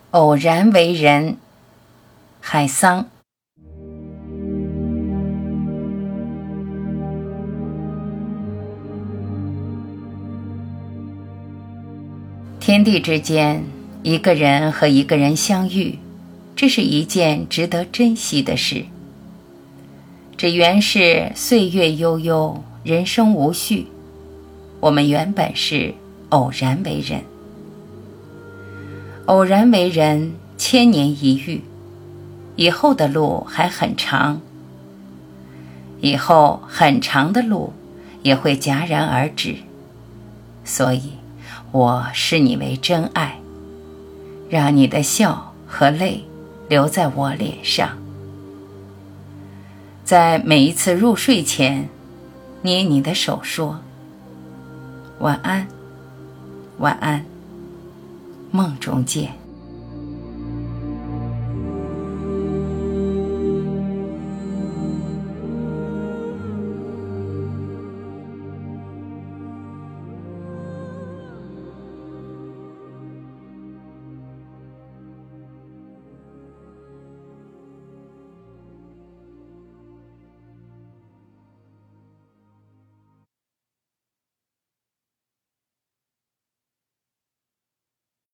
偶然为人，海桑。天地之间，一个人和一个人相遇，这是一件值得珍惜的事。只原是岁月悠悠，人生无序，我们原本是偶然为人。偶然为人，千年一遇，以后的路还很长，以后很长的路也会戛然而止，所以我视你为真爱，让你的笑和泪留在我脸上，在每一次入睡前，捏你的手说晚安，晚安，梦中见。